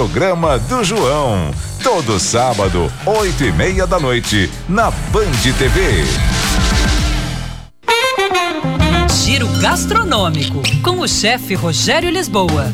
Programa do João. Todo sábado, 8:30 da noite, na Band TV. Giro Gastronômico, com o chefe Rogério Lisboa.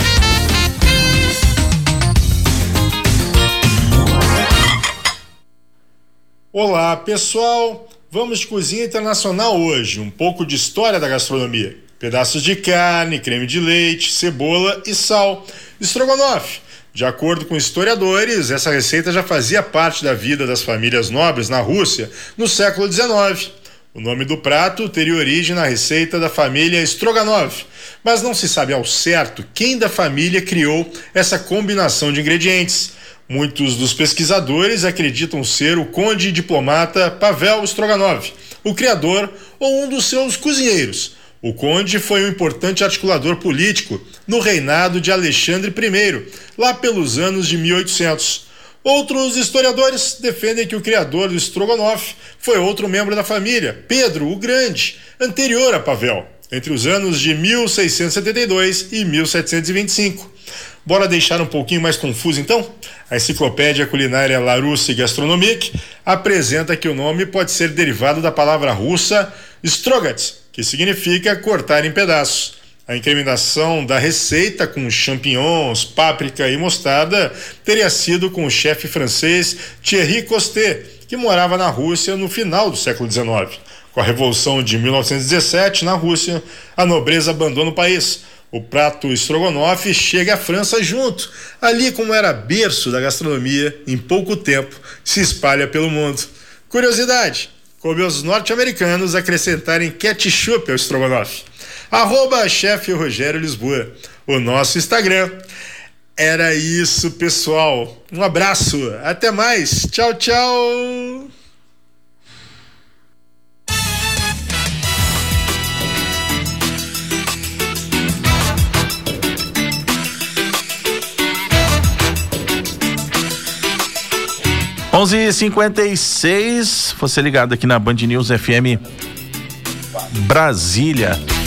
Olá, pessoal. Vamos de cozinha internacional hoje. Um pouco de história da gastronomia. Pedaços de carne, creme de leite, cebola e sal. Estrogonofe. De acordo com historiadores, essa receita já fazia parte da vida das famílias nobres na Rússia no século XIX. O nome do prato teria origem na receita da família Stroganov, mas não se sabe ao certo quem da família criou essa combinação de ingredientes. Muitos dos pesquisadores acreditam ser o conde diplomata Pavel Stroganov, o criador ou um dos seus cozinheiros. O conde foi um importante articulador político no reinado de Alexandre I, lá pelos anos de 1800. Outros historiadores defendem que o criador do Strogonoff foi outro membro da família, Pedro o Grande, anterior a Pavel, entre os anos de 1672 e 1725. Bora deixar um pouquinho mais confuso então? A enciclopédia culinária Larousse Gastronomique apresenta que o nome pode ser derivado da palavra russa strogats, que significa cortar em pedaços. A increminação da receita com champignons, páprica e mostarda teria sido com o chefe francês Thierry Costet, que morava na Rússia no final do século XIX. Com a Revolução de 1917, na Rússia, a nobreza abandona o país. O prato estrogonofe chega à França junto. Ali, como era berço da gastronomia, em pouco tempo se espalha pelo mundo. Curiosidade: coube aos norte-americanos acrescentarem ketchup ao estrogonofe. @chefe Rogério Lisboa, o nosso Instagram. Era isso, pessoal. Um abraço, até mais. Tchau, tchau. (11h56), você ligado aqui na Band News FM Brasília.